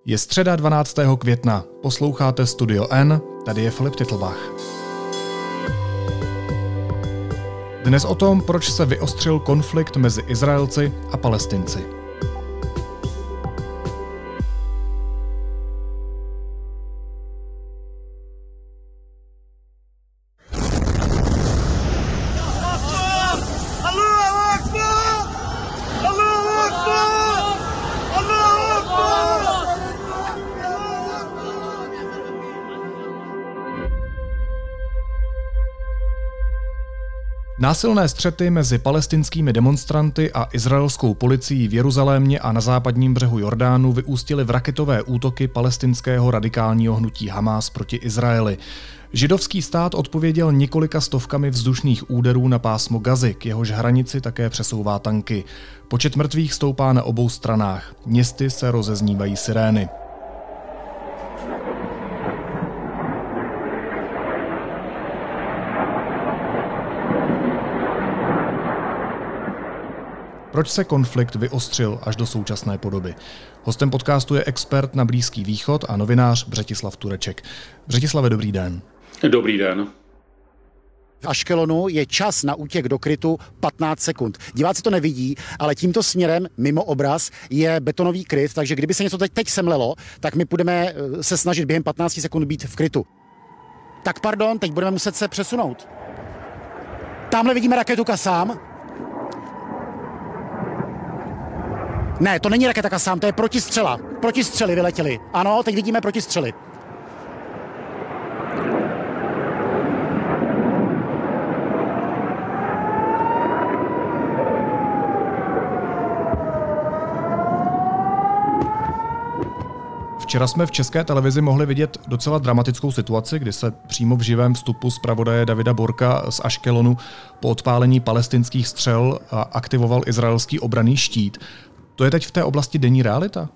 Je středa 12. května. Posloucháte Studio N, tady je Filip Titlbach. Dnes o tom, proč se vyostřil konflikt mezi Izraelci a Palestinci. Násilné střety mezi palestinskými demonstranty a izraelskou policií v Jeruzalémě a na západním břehu Jordánu vyústily v raketové útoky palestinského radikálního hnutí Hamás proti Izraeli. Židovský stát odpověděl několika stovkami vzdušných úderů na pásmo Gazy, k jehož hranici také přesouvá tanky. Počet mrtvých stoupá na obou stranách. Městy se rozeznívají sirény. Proč se konflikt vyostřil až do současné podoby? Hostem podcastu je expert na Blízký východ a novinář Břetislav Tureček. Břetislave, dobrý den. Dobrý den. V Aškelonu je čas na útěk do krytu 15 sekund. Diváci to nevidí, ale tímto směrem mimo obraz je betonový kryt, takže kdyby se něco teď semlelo, tak my budeme se snažit během 15 sekund být v krytu. Tak pardon, teď budeme muset se přesunout. Tamhle vidíme raketu Kasám. Ne, to není raketa Kasám, to je protistřela. Protistřely vyletěly. Ano, teď vidíme protistřely. Včera jsme v České televizi mohli vidět docela dramatickou situaci, kdy se přímo v živém vstupu zpravodaje Davida Borka z Aškelonu po odpálení palestinských střel aktivoval izraelský obranný štít. To je teď v té oblasti denní realita?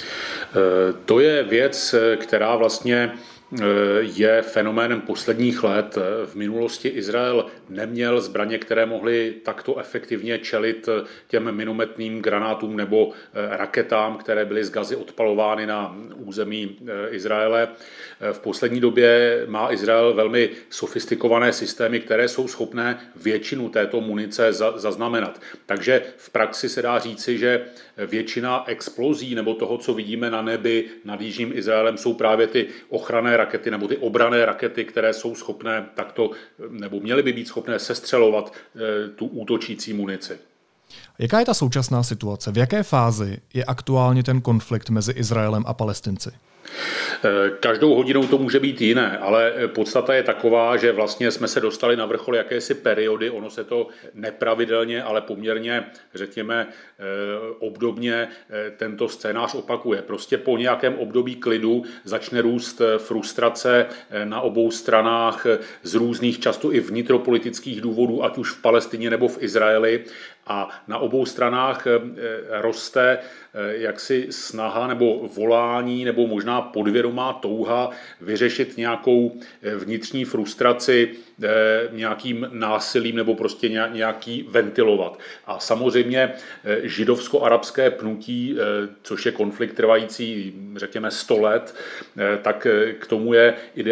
To je věc, která vlastně je fenoménem posledních let. V minulosti Izrael neměl zbraně, které mohly takto efektivně čelit těm minometným granátům nebo raketám, které byly z Gazy odpalovány na území Izraele. V poslední době má Izrael velmi sofistikované systémy, které jsou schopné většinu této munice zaznamenat. Takže v praxi se dá říci, že většina explozí nebo toho, co vidíme na nebi nad jižním Izraelem, jsou právě ty ochranné rakety nebo ty obranné rakety, které jsou schopné takto, nebo měly by být schopné sestřelovat tu útočící munici. Jaká je ta současná situace? V jaké fázi je aktuálně ten konflikt mezi Izraelem a Palestinci? Každou hodinou to může být jiné, ale podstata je taková, že vlastně jsme se dostali na vrchol jakési periody, ono se to nepravidelně, ale poměrně, řekněme, obdobně tento scénář opakuje. Prostě po nějakém období klidu začne růst frustrace na obou stranách z různých, často i vnitropolitických důvodů, ať už v Palestině nebo v Izraeli. A na obou stranách roste jaksi snaha nebo volání nebo možná podvědomá touha vyřešit nějakou vnitřní frustraci nějakým násilím nebo prostě nějaký ventilovat. A samozřejmě židovsko-arabské pnutí, což je konflikt trvající, řekněme, 100 let, tak k tomu je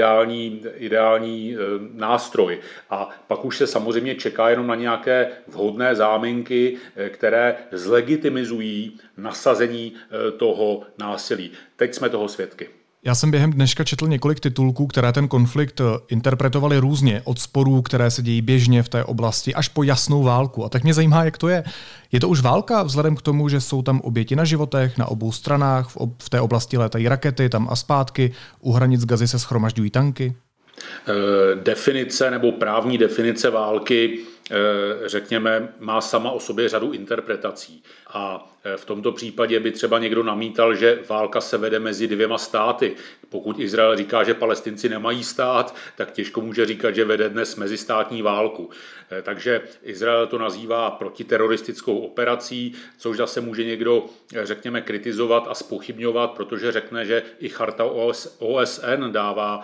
ideální nástroj. A pak už se samozřejmě čeká jenom na nějaké vhodné záminky, které zlegitimizují nasazení toho násilí. Teď jsme toho svědky. Já jsem během dneška četl několik titulků, které ten konflikt interpretovaly různě, od sporů, které se dějí běžně v té oblasti, až po jasnou válku. A tak mě zajímá, jak to je. Je to už válka vzhledem k tomu, že jsou tam oběti na životech, na obou stranách, v té oblasti létají rakety, tam a zpátky, u hranic Gazy se shromažďují tanky? Definice nebo právní definice války, řekněme, má sama o sobě řadu interpretací. A v tomto případě by třeba někdo namítal, že válka se vede mezi dvěma státy. Pokud Izrael říká, že Palestinci nemají stát, tak těžko může říkat, že vede dnes mezistátní válku. Takže Izrael to nazývá protiteroristickou operací, což zase může někdo, řekněme, kritizovat a zpochybňovat, protože řekne, že i charta OSN dává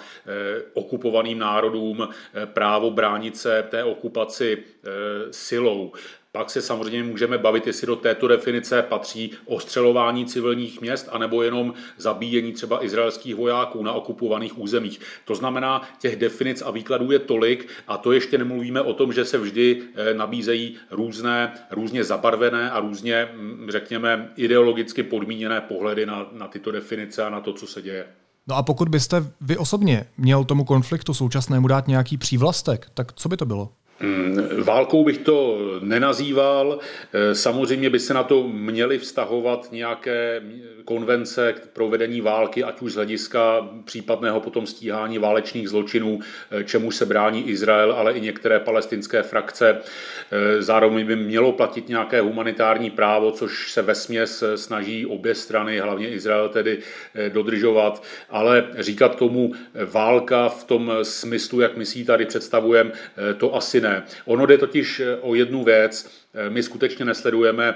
okupovaným národům právo bránit se té okupaci silou. Pak se samozřejmě můžeme bavit, jestli do této definice patří ostřelování civilních měst anebo jenom zabíjení třeba izraelských vojáků na okupovaných územích. To znamená, těch definic a výkladů je tolik a to ještě nemluvíme o tom, že se vždy nabízejí různě zabarvené a různě, řekněme, ideologicky podmíněné pohledy na tyto definice a na to, co se děje. No a pokud byste vy osobně měl tomu konfliktu současnému dát nějaký přívlastek, tak co by to bylo? Válkou bych to nenazýval. Samozřejmě by se na to měly vztahovat nějaké konvence k provedení války, ať už z hlediska případného potom stíhání válečných zločinů, čemu se brání Izrael, ale i některé palestinské frakce. Zároveň by mělo platit nějaké humanitární právo, což se vesměs snaží obě strany, hlavně Izrael tedy dodržovat, ale říkat tomu válka v tom smyslu, jak my si ji tady představujeme, to asi ne. Ono jde totiž o jednu věc. My skutečně nesledujeme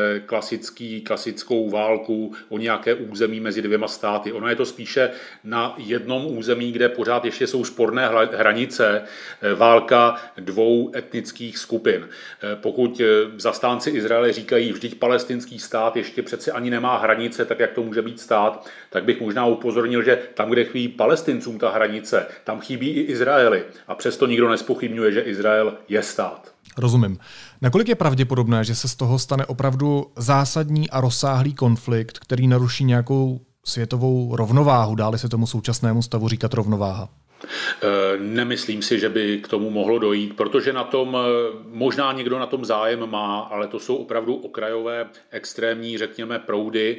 klasickou válku o nějaké území mezi dvěma státy. Ono je to spíše na jednom území, kde pořád ještě jsou sporné hranice, válka dvou etnických skupin. Pokud zastánci Izraele říkají, vždyť palestinský stát ještě přece ani nemá hranice, tak jak to může být stát, tak bych možná upozornil, že tam, kde chybí Palestincům ta hranice, tam chybí i Izraeli. A přesto nikdo nespochybňuje, že Izrael je stát. Rozumím. Nakolik je pravděpodobné, že se z toho stane opravdu zásadní a rozsáhlý konflikt, který naruší nějakou světovou rovnováhu, dáli se tomu současnému stavu říkat rovnováha? Nemyslím si, že by k tomu mohlo dojít, protože na tom možná někdo na tom zájem má, ale to jsou opravdu okrajové, extrémní, řekněme, proudy.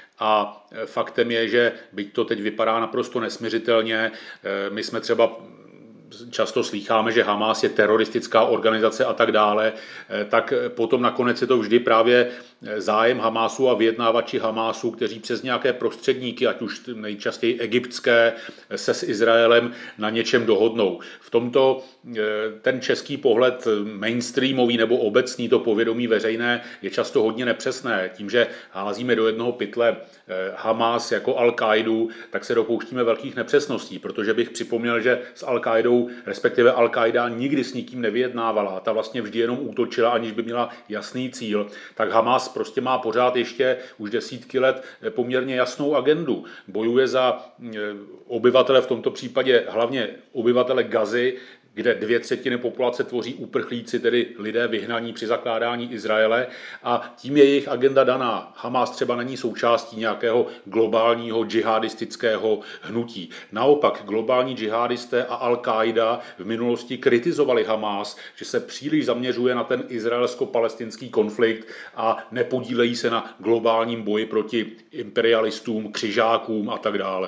A faktem je, že byť to teď vypadá naprosto nesmiřitelně, my jsme třeba často slýcháme, že Hamás je teroristická organizace a tak dále, tak potom nakonec je to vždy právě zájem Hamásu a vyjednávači Hamásu, kteří přes nějaké prostředníky, ať už nejčastěji egyptské, se s Izraelem na něčem dohodnou. V tomto ten český pohled mainstreamový nebo obecný, to povědomí veřejné, je často hodně nepřesné. Tím, že házíme do jednoho pytle Hamás jako Al-Kaidu, tak se dopouštíme velkých nepřesností, protože bych připomněl, že s Al-Kaidou, respektive Al-Kaida nikdy s nikým nevyjednávala. Ta vlastně vždy jenom útočila, aniž by měla jasný cíl. Tak Hamás prostě má pořád ještě už desítky let poměrně jasnou agendu. Bojuje za obyvatele, v tomto případě hlavně obyvatele Gazy, kde 2/3 populace tvoří uprchlíci, tedy lidé vyhnaní při zakládání Izraele, a tím je jejich agenda daná. Hamás třeba není součástí nějakého globálního džihadistického hnutí. Naopak globální džihadisté a Al-Qaida v minulosti kritizovali Hamás, že se příliš zaměřuje na ten izraelsko-palestinský konflikt a nepodílejí se na globálním boji proti imperialistům, křižákům a tak dále.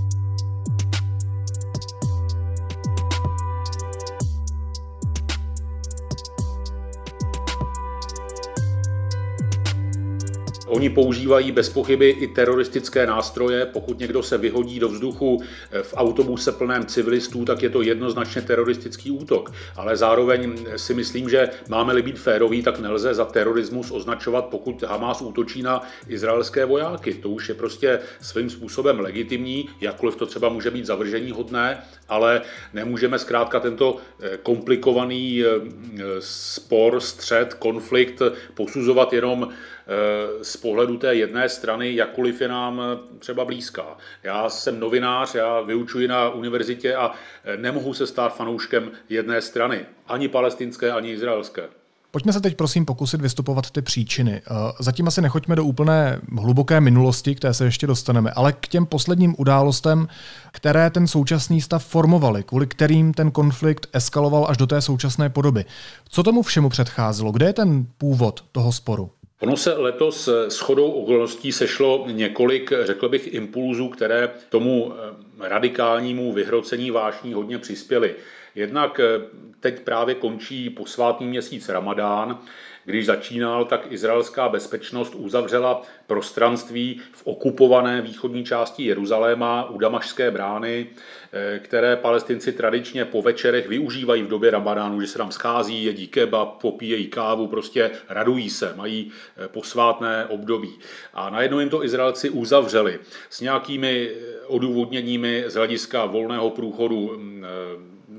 Oni používají bez pochyby i teroristické nástroje. Pokud někdo se vyhodí do vzduchu v autobuse plném civilistů, tak je to jednoznačně teroristický útok. Ale zároveň si myslím, že máme-li být féroví, tak nelze za terorismus označovat, pokud Hamás útočí na izraelské vojáky. To už je prostě svým způsobem legitimní, jakkoliv to třeba může být zavrženíhodné, ale nemůžeme zkrátka tento komplikovaný spor, střet, konflikt posuzovat jenom z pohledu té jedné strany, jakkoliv je nám třeba blízká. Já jsem novinář, já vyučuji na univerzitě a nemohu se stát fanouškem jedné strany, ani palestinské, ani izraelské. Pojďme se teď prosím pokusit vystupovat ty příčiny. Zatím asi nechoďme do úplné hluboké minulosti, k té se ještě dostaneme, ale k těm posledním událostem, které ten současný stav formovaly, kvůli kterým ten konflikt eskaloval až do té současné podoby. Co tomu všemu předcházelo? Kde je ten původ toho sporu? Ono se letos shodou okolností sešlo několik, řekl bych, impulzů, které tomu radikálnímu vyhrocení vášní hodně přispěly. Jednak teď právě končí posvátný měsíc Ramadán. Když začínal, tak izraelská bezpečnost uzavřela prostranství v okupované východní části Jeruzaléma u Damašské brány, které Palestinci tradičně po večerech využívají v době Ramadánu, že se tam schází, jedí kebab, popíjejí kávu, prostě radují se, mají posvátné období. A najednou jim to Izraelci uzavřeli s nějakými odůvodněními z hlediska volného průchodu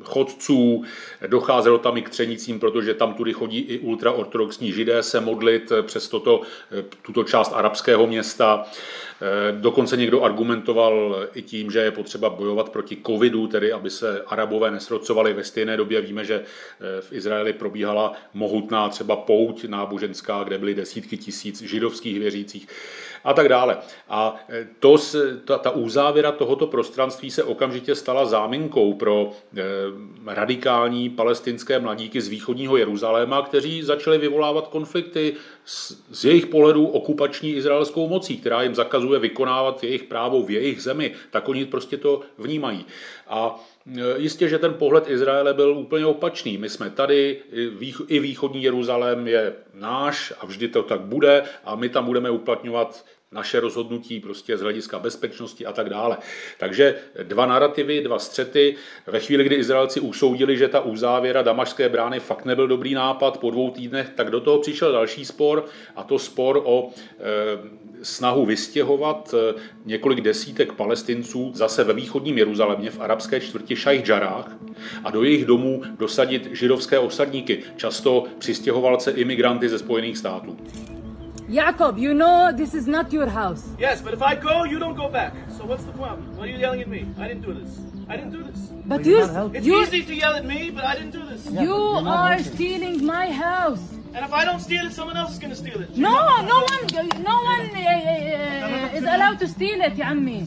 chodců, docházelo tam i k třenicím, protože tam tudy chodí i ultraortodoxní židé se modlit přes tuto část arabského města. Dokonce někdo argumentoval i tím, že je potřeba bojovat proti covidu, tedy aby se Arabové nesrocovali. Ve stejné době víme, že v Izraeli probíhala mohutná třeba pouť náboženská, kde byly desítky tisíc židovských věřících a tak dále. A ta uzávěra tohoto prostranství se okamžitě stala záminkou pro radikální palestinské mladíky z východního Jeruzaléma, kteří začali vyvolávat konflikty z jejich pohledu okupační izraelskou mocí, která jim zakazuje vykonávat jejich právo v jejich zemi, tak oni prostě to vnímají. A jistě, že ten pohled Izraele byl úplně opačný. My jsme tady, i východní Jeruzalém je náš a vždy to tak bude a my tam budeme uplatňovat naše rozhodnutí prostě z hlediska bezpečnosti a tak dále. Takže dva narrativy, dva střety. Ve chvíli, kdy Izraelci usoudili, že ta uzávěra Damašské brány fakt nebyl dobrý nápad po 2 týdnech, tak do toho přišel další spor, a to spor o snahu vystěhovat několik desítek Palestinců zase ve východním Jeruzalémě v arabské čtvrti Šajch Jarrah a do jejich domů dosadit židovské osadníky, často přistěhovalce imigranty ze Spojených států. Jacob, you know this is not your house. Yes, but if I go, you don't go back. So what's the problem? Why are you yelling at me? I didn't do this. I didn't do this. But it's easy to yell at me, but I didn't do this. You are stealing my house. And if I don't steal it, someone else is going to steal it. No one is allowed to steal it, ya ammi.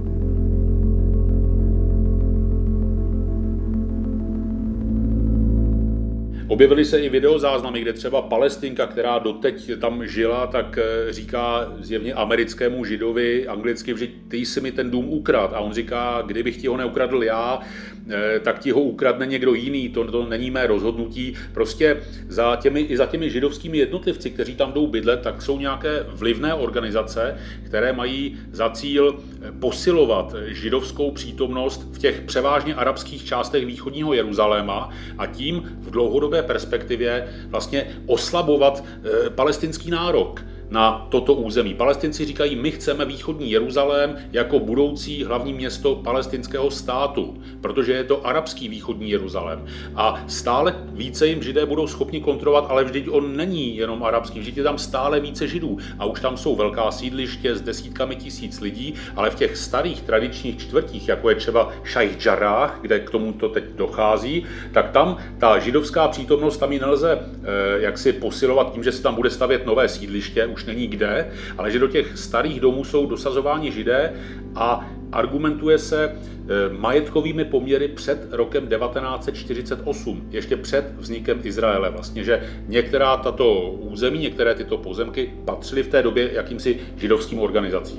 Objevily se i videozáznamy, kde třeba Palestinka, která doteď tam žila, tak říká zjevně americkému židovi anglicky, že ty jsi mi ten dům ukradl. A on říká, kdybych ti ho neukradl já, tak ti ho ukradne někdo jiný, to není mé rozhodnutí. Prostě za těmi židovskými jednotlivci, kteří tam jdou bydlet, tak jsou nějaké vlivné organizace, které mají za cíl posilovat židovskou přítomnost v těch převážně arabských částech východního Jeruzaléma a tím v dlouhodobé perspektivě vlastně oslabovat palestinský nárok na toto území. Palestinci říkají, my chceme východní Jeruzalém jako budoucí hlavní město palestinského státu, protože je to arabský východní Jeruzalém. A stále více jim Židé budou schopni kontrolovat, ale vždyť on není jenom arabský, vždyť je tam stále více Židů. A už tam jsou velká sídliště s desítkami tisíc lidí, ale v těch starých tradičních čtvrtích, jako je třeba Šajch Jarrah, kde k tomuto teď dochází, tak tam ta židovská přítomnost tam ji nelze jaksi posilovat tím, že se tam bude stavět nové sídliště, už není kde, ale že do těch starých domů jsou dosazováni Židé a argumentuje se majetkovými poměry před rokem 1948, ještě před vznikem Izraele vlastně, že některá tato území, některé tyto pozemky patřily v té době jakýmsi židovským organizacím.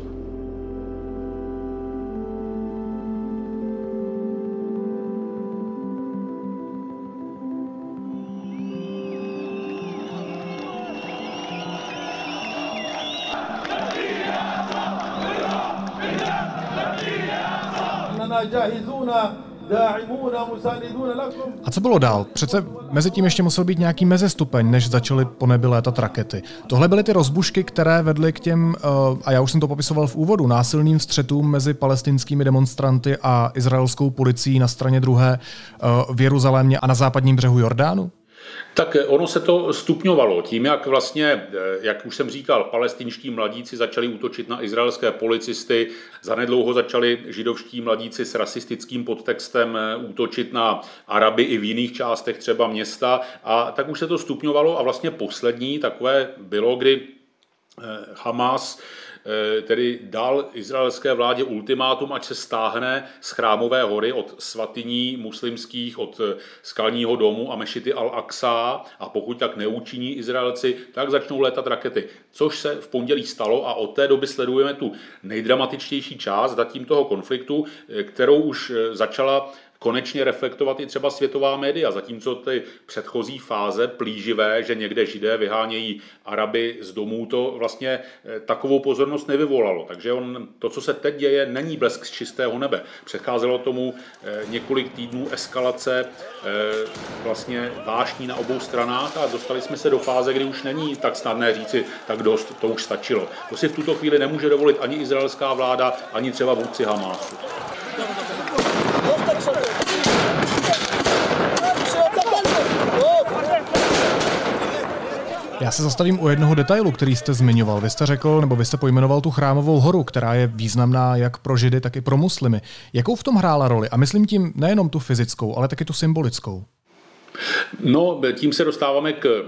A co bylo dál? Přece mezi tím ještě musel být nějaký mezestupeň, než začaly po nebi létat rakety. Tohle byly ty rozbušky, které vedly k těm, a já už jsem to popisoval v úvodu, násilným střetům mezi palestinskými demonstranty a izraelskou policií na straně druhé v Jeruzalémě a na západním břehu Jordánu? Tak ono se to stupňovalo tím, jak vlastně, jak už jsem říkal, palestinští mladíci začali útočit na izraelské policisty, zanedlouho začali židovští mladíci s rasistickým podtextem útočit na Araby i v jiných částech třeba města a tak už se to stupňovalo a vlastně poslední takové bylo, kdy Hamas tedy dal izraelské vládě ultimátum, ať se stáhne z Chrámové hory od svatyní muslimských, od skalního domu a mešity Al-Aqsa a pokud tak neučiní Izraelci, tak začnou létat rakety. Což se v pondělí stalo a od té doby sledujeme tu nejdramatičtější část zatím toho konfliktu, kterou už začala konečně reflektovat i třeba světová média, zatímco ty předchozí fáze plíživé, že někde Židé vyhánějí Araby z domů, to vlastně takovou pozornost nevyvolalo. Takže to, co se teď děje, není blesk z čistého nebe. Předcházelo tomu několik týdnů eskalace vlastně vášní na obou stranách a dostali jsme se do fáze, kdy už není tak snadné říci, tak dost, to už stačilo. To si v tuto chvíli nemůže dovolit ani izraelská vláda, ani třeba vůdci Hamásu. Já se zastavím u jednoho detailu, který jste zmiňoval. Vy jste řekl, nebo vy jste pojmenoval tu Chrámovou horu, která je významná jak pro Židy, tak i pro muslimy. Jakou v tom hrála roli? A myslím tím nejenom tu fyzickou, ale taky tu symbolickou. No, tím se dostáváme k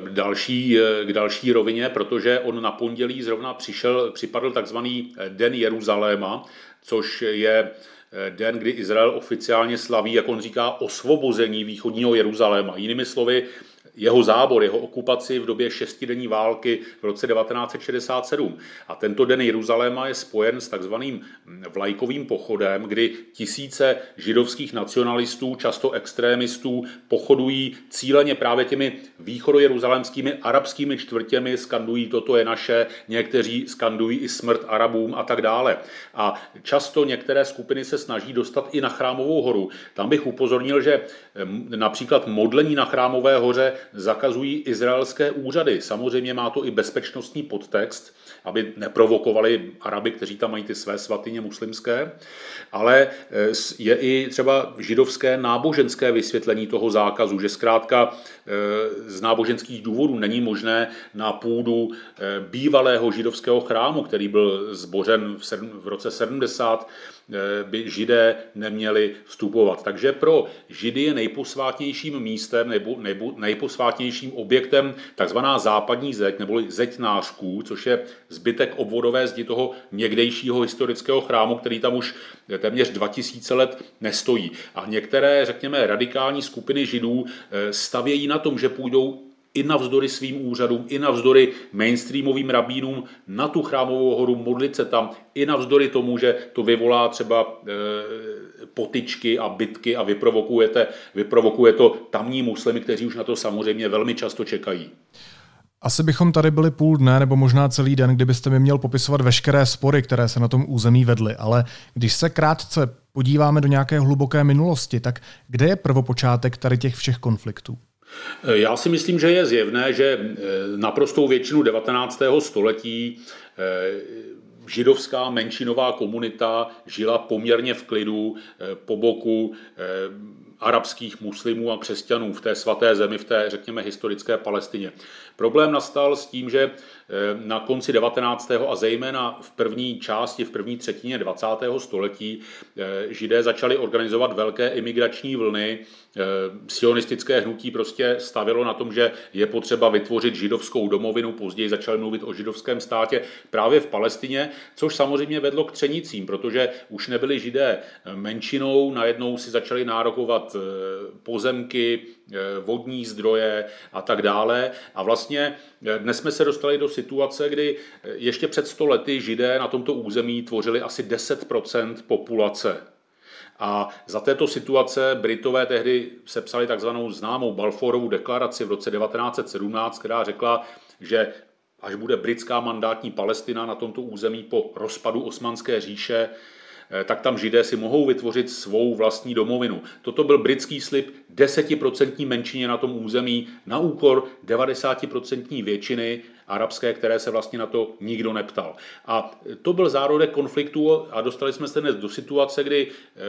další rovině, protože on na pondělí zrovna připadl takzvaný Den Jeruzaléma, což je den, kdy Izrael oficiálně slaví, jak on říká, osvobození východního Jeruzaléma. Jinými slovy, jeho zábor, jeho okupaci v době šestidenní války v roce 1967. A tento den Jeruzaléma je spojen s takzvaným vlajkovým pochodem, kdy tisíce židovských nacionalistů, často extrémistů, pochodují cíleně právě těmi východojeruzalémskými arabskými čtvrtěmi, skandují toto je naše, někteří skandují i smrt Arabům a tak dále. A často některé skupiny se snaží dostat i na Chrámovou horu. Tam bych upozornil, že například modlení na Chrámové hoře zakazují izraelské úřady. Samozřejmě má to i bezpečnostní podtext, aby neprovokovali Araby, kteří tam mají ty své svatyně muslimské, ale je i třeba židovské náboženské vysvětlení toho zákazu, že zkrátka z náboženských důvodů není možné na půdu bývalého židovského chrámu, který byl zbořen v roce 70, by Židé neměli vstupovat. Takže pro Židy je nejposvátnějším místem nebo nejposvátnějším objektem takzvaná západní zeď, neboli zeď nářků, což je zbytek obvodové zdi toho někdejšího historického chrámu, který tam už téměř 2000 let nestojí. A některé, řekněme, radikální skupiny Židů stavějí na tom, že půjdou i navzdory svým úřadům, i navzdory mainstreamovým rabínům na tu Chrámovou horu, modlit se tam, i navzdory tomu, že to vyvolá třeba potyčky a bitky a vyprovokuje to tamní muslimy, kteří už na to samozřejmě velmi často čekají. Asi bychom tady byli půl dne nebo možná celý den, kdybyste mi měl popisovat veškeré spory, které se na tom území vedly, ale když se krátce podíváme do nějaké hluboké minulosti, tak kde je prvopočátek tady těch všech konfliktů? Já si myslím, že je zjevné, že naprostou většinu 19. století židovská menšinová komunita žila poměrně v klidu po boku arabských muslimů a křesťanů v té svaté zemi, v té, řekněme, historické Palestině. Problém nastal s tím, že na konci 19. a zejména v první třetině 20. století Židé začali organizovat velké imigrační vlny. Sionistické hnutí prostě stavilo na tom, že je potřeba vytvořit židovskou domovinu, později začali mluvit o židovském státě právě v Palestině, což samozřejmě vedlo k třenicím, protože už nebyli Židé menšinou, najednou si začali nárokovat pozemky, vodní zdroje a tak dále. A vlastně dnes jsme se dostali do situace, kdy ještě před 100 lety Židé na tomto území tvořili asi 10% populace. A za této situace Britové tehdy sepsali takzvanou známou Balfourovu deklaraci v roce 1917, která řekla, že až bude britská mandátní Palestina na tomto území po rozpadu Osmanské říše, tak tam Židé si mohou vytvořit svou vlastní domovinu. Toto byl britský slib 10% menšině na tom území na úkor 90% většiny arabské, které se vlastně na to nikdo neptal. A to byl zárodek konfliktu a dostali jsme se dnes do situace, kdy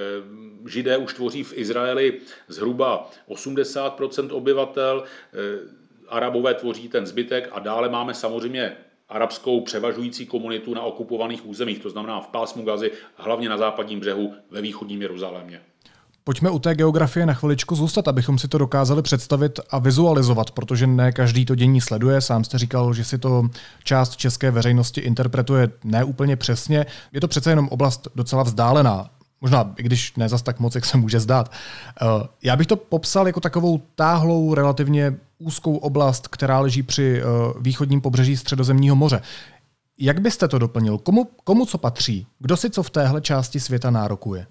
Židé už tvoří v Izraeli zhruba 80% obyvatel, Arabové tvoří ten zbytek a dále máme samozřejmě arabskou převažující komunitu na okupovaných územích, to znamená v pásmu Gazy, hlavně na západním břehu ve východním Jeruzalémě. Pojďme u té geografie na chviličku zůstat, abychom si to dokázali představit a vizualizovat, protože ne každý to dění sleduje. Sám jste říkal, že si to část české veřejnosti interpretuje ne úplně přesně. Je to přece jenom oblast docela vzdálená. Možná, i když ne zas tak moc, jak se může zdát. Já bych to popsal jako takovou táhlou, relativně úzkou oblast, která leží při východním pobřeží Středozemního moře. Jak byste to doplnil? Komu co patří? Kdo si co v téhle části světa nárokuje?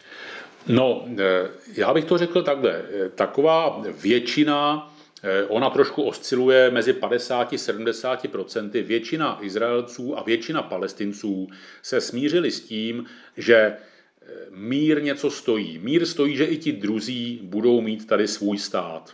No, já bych to řekl takhle. Taková většina, ona trošku osciluje mezi 50-70%. Většina Izraelců a většina Palestinců se smířili s tím, že mír něco stojí. Mír stojí, že i ti druzí budou mít tady svůj stát.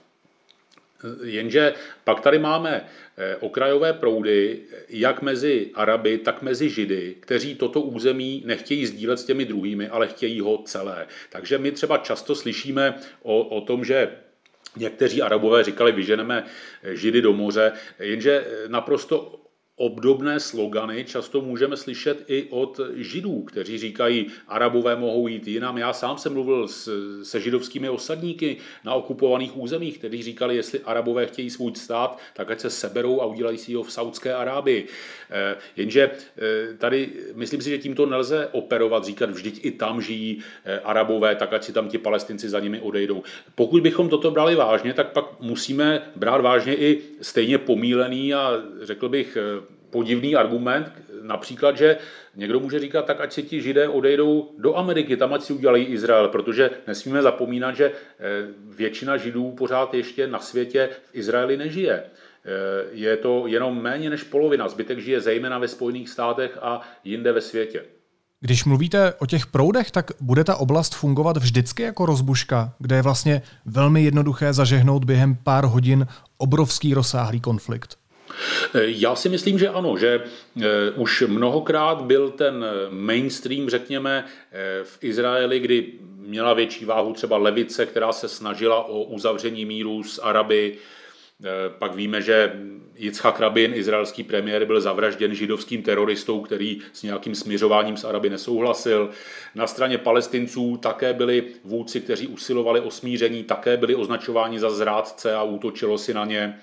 Jenže pak tady máme okrajové proudy, jak mezi Araby, tak mezi Židy, kteří toto území nechtějí sdílet s těmi druhými, ale chtějí ho celé. Takže my třeba často slyšíme o tom, že někteří Arabové říkali, vyženeme Židy do moře, jenže naprosto obdobné slogany často můžeme slyšet i od Židů, kteří říkají, Arabové mohou jít jinam. Já sám jsem mluvil se židovskými osadníky na okupovaných územích, kteří říkali, jestli Arabové chtějí svůj stát, tak ať se seberou a udělají si ho v Saudské Arábii. Jenže tady myslím si, že tímto nelze operovat, říkat vždyť i tam žijí Arabové, tak ať si tam ti Palestinci za nimi odejdou. Pokud bychom toto brali vážně, tak pak musíme brát vážně i stejně pomílený a řekl bych podivný argument, například, že někdo může říkat, tak ať si ti Židé odejdou do Ameriky, tam ať si udělají Izrael, protože nesmíme zapomínat, že většina Židů pořád ještě na světě v Izraeli nežije. Je to jenom méně než polovina, zbytek žije zejména ve Spojených státech a jinde ve světě. Když mluvíte o těch proudech, tak bude ta oblast fungovat vždycky jako rozbuška, kde je vlastně velmi jednoduché zažehnout během pár hodin obrovský rozsáhlý konflikt? Já si myslím, že ano, že už mnohokrát byl ten mainstream, řekněme, v Izraeli, kdy měla větší váhu třeba levice, která se snažila o uzavření míru s Araby. Pak víme, že Jitzchak Rabin, izraelský premiér, byl zavražděn židovským teroristou, který s nějakým směřováním s Araby nesouhlasil. Na straně Palestinců také byli vůdci, kteří usilovali o smíření, také byli označováni za zrádce a útočilo si na ně.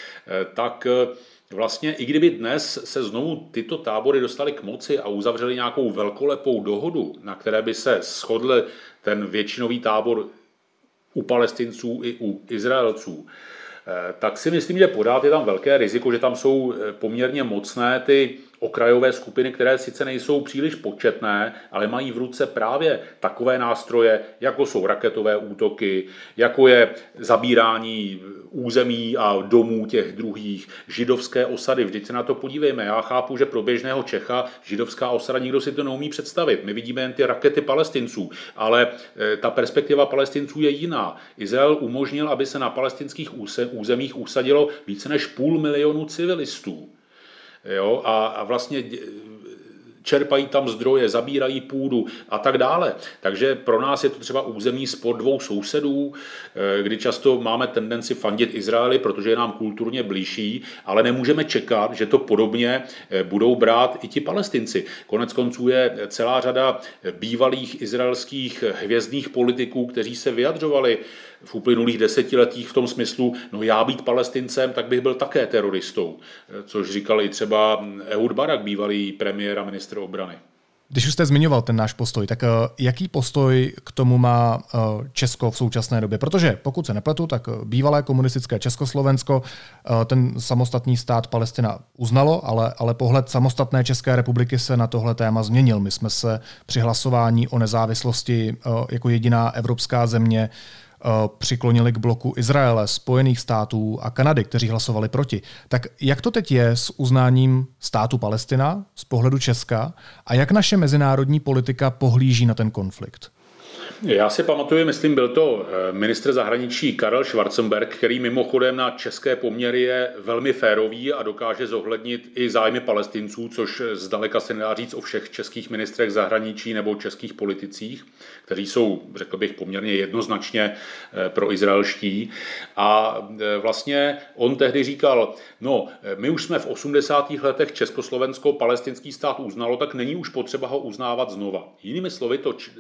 Tak vlastně i kdyby dnes se znovu tyto tábory dostaly k moci a uzavřeli nějakou velkolepou dohodu, na které by se shodl ten většinový tábor u Palestinců i u Izraelců, tak si myslím, že pořád je tam velké riziko, že tam jsou poměrně mocné ty okrajové skupiny, které sice nejsou příliš početné, ale mají v ruce právě takové nástroje, jako jsou raketové útoky, jako je zabírání území a domů těch druhých, židovské osady. Vždyť se na to podívejme. Já chápu, že pro běžného Čecha židovská osada, nikdo si to neumí představit. My vidíme jen ty rakety Palestinců, ale ta perspektiva Palestinců je jiná. Izrael umožnil, aby se na palestinských územích usadilo více než 500 000 civilistů. Jo, a vlastně čerpají tam zdroje, zabírají půdu a tak dále. Takže pro nás je to třeba území spor dvou sousedů, kdy často máme tendenci fandit Izraeli, protože je nám kulturně blížší, ale nemůžeme čekat, že to podobně budou brát i ti Palestinci. Konec konců je celá řada bývalých izraelských hvězdných politiků, kteří se vyjadřovali v uplynulých desetiletích v tom smyslu, no já být Palestincem, tak bych byl také teroristou, což říkal i třeba Ehud Barak, bývalý premiér a ministr obrany. Když už jste zmiňoval ten náš postoj, tak jaký postoj k tomu má Česko v současné době? Protože pokud se nepletu, tak bývalé komunistické Československo ten samostatný stát Palestina uznalo, ale pohled samostatné České republiky se na tohle téma změnil. My jsme se při hlasování o nezávislosti jako jediná evropská země přiklonili k bloku Izraele, Spojených států a Kanady, kteří hlasovali proti. Tak jak to teď je s uznáním státu Palestina z pohledu Česka a jak naše mezinárodní politika pohlíží na ten konflikt? Já si pamatuju, myslím, byl to ministr zahraničí Karel Schwarzenberg, který mimochodem na české poměry je velmi férový a dokáže zohlednit i zájmy Palestinců, což zdaleka se nedá říct o všech českých ministrech zahraničí nebo českých politicích, kteří jsou, řekl bych, poměrně jednoznačně proizraelští. A vlastně on tehdy říkal, no, my už jsme v 80. letech Československo-palestinský stát uznalo, tak není už potřeba ho uznávat znova. Jinými slovy,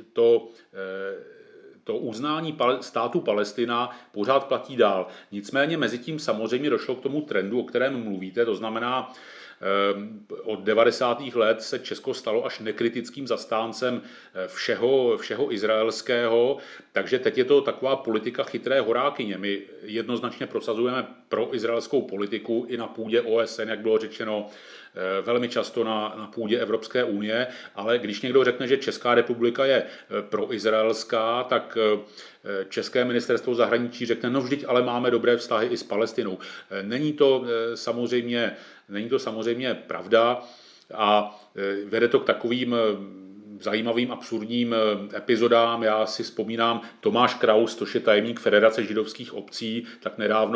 to uznání státu Palestina pořád platí dál. Nicméně mezi tím samozřejmě došlo k tomu trendu, o kterém mluvíte, to znamená, od 90. let se Česko stalo až nekritickým zastáncem všeho izraelského, takže teď je to taková politika chytré horákyně. My jednoznačně prosazujeme pro izraelskou politiku i na půdě OSN, jak bylo řečeno, velmi často na půdě Evropské unie, ale když někdo řekne, že Česká republika je proizraelská, tak České ministerstvo zahraničí řekne, no vždyť ale máme dobré vztahy i s Palestinou. Není to samozřejmě pravda a vede to k takovým zajímavým, absurdním epizodám. Já si vzpomínám, Tomáš Kraus, což je tajemník Federace židovských obcí, tak nedávno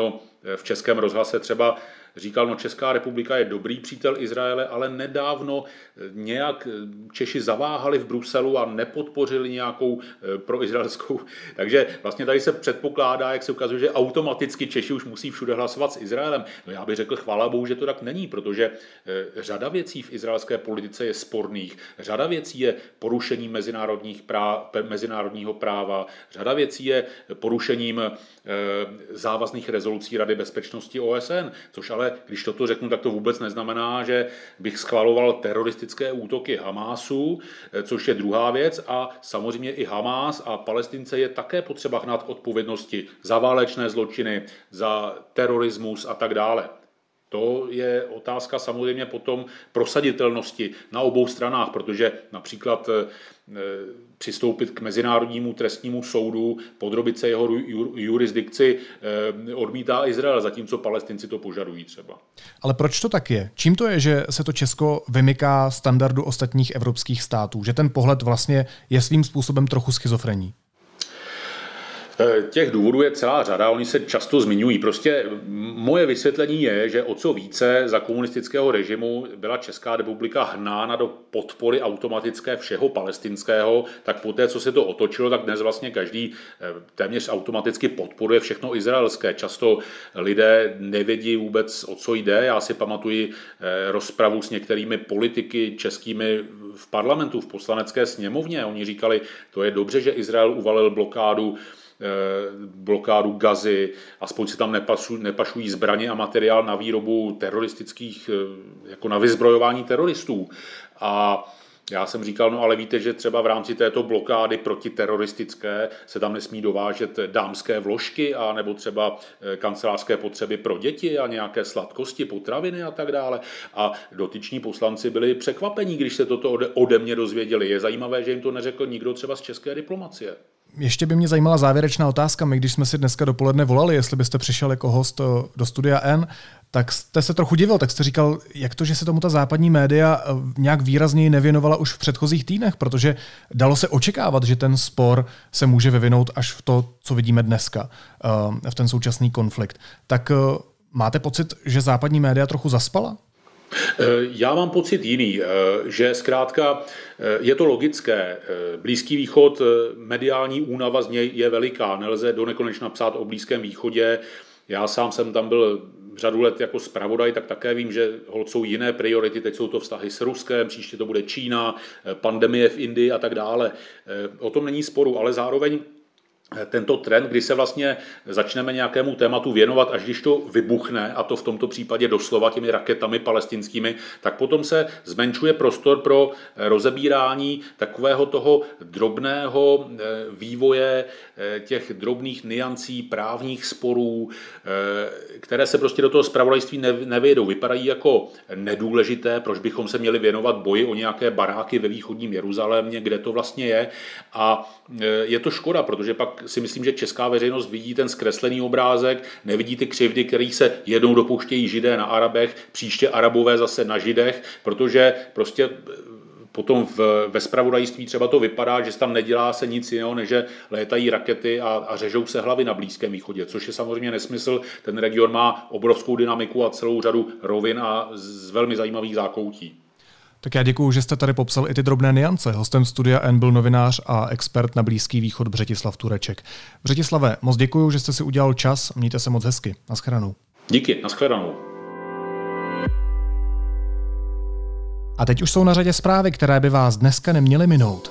v Českém rozhlase třeba říkal, no Česká republika je dobrý přítel Izraele, ale nedávno nějak Češi zaváhali v Bruselu a nepodpořili nějakou proizraelskou. Takže vlastně tady se předpokládá, jak se ukazuje, že automaticky Češi už musí všude hlasovat s Izraelem. No já bych řekl, chvála Bohu, že to tak není, protože řada věcí v izraelské politice je sporných, řada věcí je porušením mezinárodního práva, řada věcí je porušením závazných rezolucí Rady bezpečnosti OSN, což ale, když toto řeknu, tak to vůbec neznamená, že bych schvaloval teroristické útoky Hamásu, což je druhá věc, a samozřejmě i Hamás a Palestince je také potřeba hnát odpovědnosti za válečné zločiny, za terorismus a tak dále. To je otázka samozřejmě potom prosaditelnosti na obou stranách, protože například přistoupit k Mezinárodnímu trestnímu soudu, podrobit se jeho jurisdikci odmítá Izrael, zatímco Palestinci to požadují třeba. Ale proč to tak je? Čím to je, že se to Česko vymyká standardu ostatních evropských států? Že ten pohled vlastně je svým způsobem trochu schizofrenní? Těch důvodů je celá řada, oni se často zmiňují. Prostě moje vysvětlení je, že o co více za komunistického režimu byla Česká republika hnána do podpory automatické všeho palestinského, tak poté, co se to otočilo, tak dnes vlastně každý téměř automaticky podporuje všechno izraelské. Často lidé nevědí vůbec, o co jde. Já si pamatuji rozpravu s některými politiky českými v parlamentu, v poslanecké sněmovně. Oni říkali, to je dobře, že Izrael uvalil blokádu Gazy, aspoň se tam nepašují zbraně a materiál na výrobu teroristických, jako na vyzbrojování teroristů. A já jsem říkal, no ale víte, že třeba v rámci této blokády protiteroristické se tam nesmí dovážet dámské vložky a nebo třeba kancelářské potřeby pro děti a nějaké sladkosti, potraviny a tak dále. A dotyční poslanci byli překvapení, když se toto ode mě dozvěděli. Je zajímavé, že jim to neřekl nikdo třeba z české diplomacie. Ještě by mě zajímala závěrečná otázka. My, když jsme si dneska dopoledne volali, jestli byste přišel jako host do Studia N, tak jste se trochu divil, tak jste říkal, jak to, že se tomu ta západní média nějak výrazněji nevěnovala už v předchozích týdnech, protože dalo se očekávat, že ten spor se může vyvinout až v to, co vidíme dneska, v ten současný konflikt. Tak máte pocit, že západní média trochu zaspala? Já mám pocit jiný, že zkrátka je to logické. Blízký východ, mediální únava z něj je veliká. Nelze donekonečna psát o Blízkém východě. Já sám jsem tam byl řadu let jako zpravodaj, tak také vím, že holt jsou jiné priority. Teď jsou to vztahy s Ruskem, příště to bude Čína, pandemie v Indii a tak dále. O tom není sporu, ale zároveň tento trend, kdy se vlastně začneme nějakému tématu věnovat, až když to vybuchne, a to v tomto případě doslova těmi raketami palestinskými, tak potom se zmenšuje prostor pro rozebírání takového toho drobného vývoje, těch drobných nuancí, právních sporů, které se prostě do toho zpravodajství nevejdou. Vypadají jako nedůležité, proč bychom se měli věnovat boji o nějaké baráky ve východním Jeruzalémě, kde to vlastně je. A je to škoda, protože pak si myslím, že česká veřejnost vidí ten zkreslený obrázek, nevidí ty křivdy, které se jednou dopouštějí Židé na Arabech, příště Arabové zase na Židech, protože prostě potom ve zpravodajství třeba to vypadá, že tam nedělá se nic jiného, než že létají rakety a řežou se hlavy na Blízkém východě, což je samozřejmě nesmysl. Ten region má obrovskou dynamiku a celou řadu rovin a z velmi zajímavých zákoutí. Tak já děkuju, že jste tady popsal i ty drobné nuance. Hostem Studia N byl novinář a expert na Blízký východ Břetislav Tureček. Břetislave, moc děkuju, že jste si udělal čas. Mějte se moc hezky. Naschledanou. Díky, naschledanou. A teď už jsou na řadě zprávy, které by vás dneska neměly minout.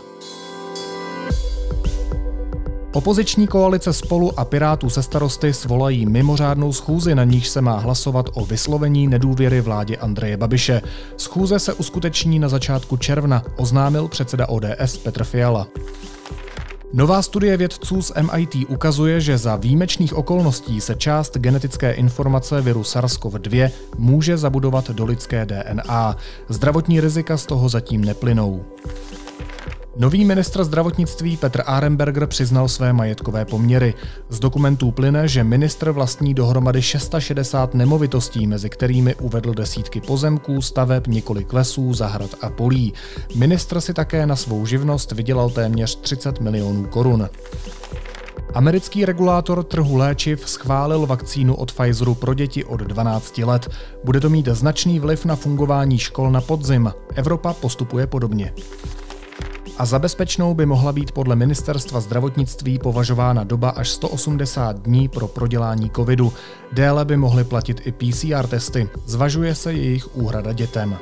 Opoziční koalice Spolu a Pirátů se Starosty svolají mimořádnou schůzi, na níž se má hlasovat o vyslovení nedůvěry vládě Andreje Babiše. Schůze se uskuteční na začátku června, oznámil předseda ODS Petr Fiala. Nová studie vědců z MIT ukazuje, že za výjimečných okolností se část genetické informace viru SARS-CoV-2 může zabudovat do lidské DNA. Zdravotní rizika z toho zatím neplynou. Nový ministr zdravotnictví Petr Arenberger přiznal své majetkové poměry. Z dokumentů plyne, že ministr vlastní dohromady 660 nemovitostí, mezi kterými uvedl desítky pozemků, staveb, několik lesů, zahrad a polí. Ministr si také na svou živnost vydělal téměř 30 milionů korun. Americký regulátor trhu léčiv schválil vakcínu od Pfizeru pro děti od 12 let. Bude to mít značný vliv na fungování škol na podzim. Evropa postupuje podobně. A za bezpečnou by mohla být podle ministerstva zdravotnictví považována doba až 180 dní pro prodělání covidu. Déle by mohly platit i PCR testy. Zvažuje se jejich úhrada dětem.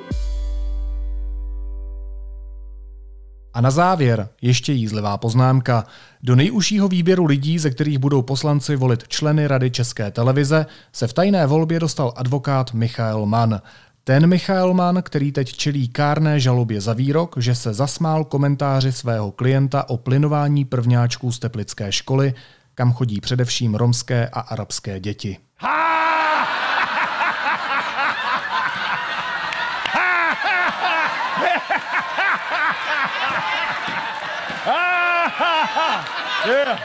A na závěr ještě jízlivá poznámka. Do nejužšího výběru lidí, ze kterých budou poslanci volit členy Rady České televize, se v tajné volbě dostal advokát Michael Mann. Ten Michael Mann, který teď čelí kárné žalobě za výrok, že se zasmál komentáři svého klienta o plynování prvňáčků z teplické školy, kam chodí především romské a arabské děti. Yeah.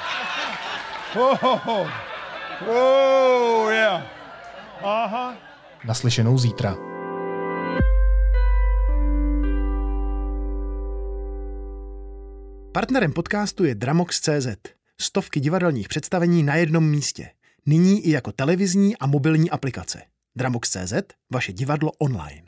Oh, yeah. Aha. Naslyšenou zítra. Partnerem podcastu je Dramox.cz. Stovky divadelních představení na jednom místě. Nyní i jako televizní a mobilní aplikace. Dramox.cz, vaše divadlo online.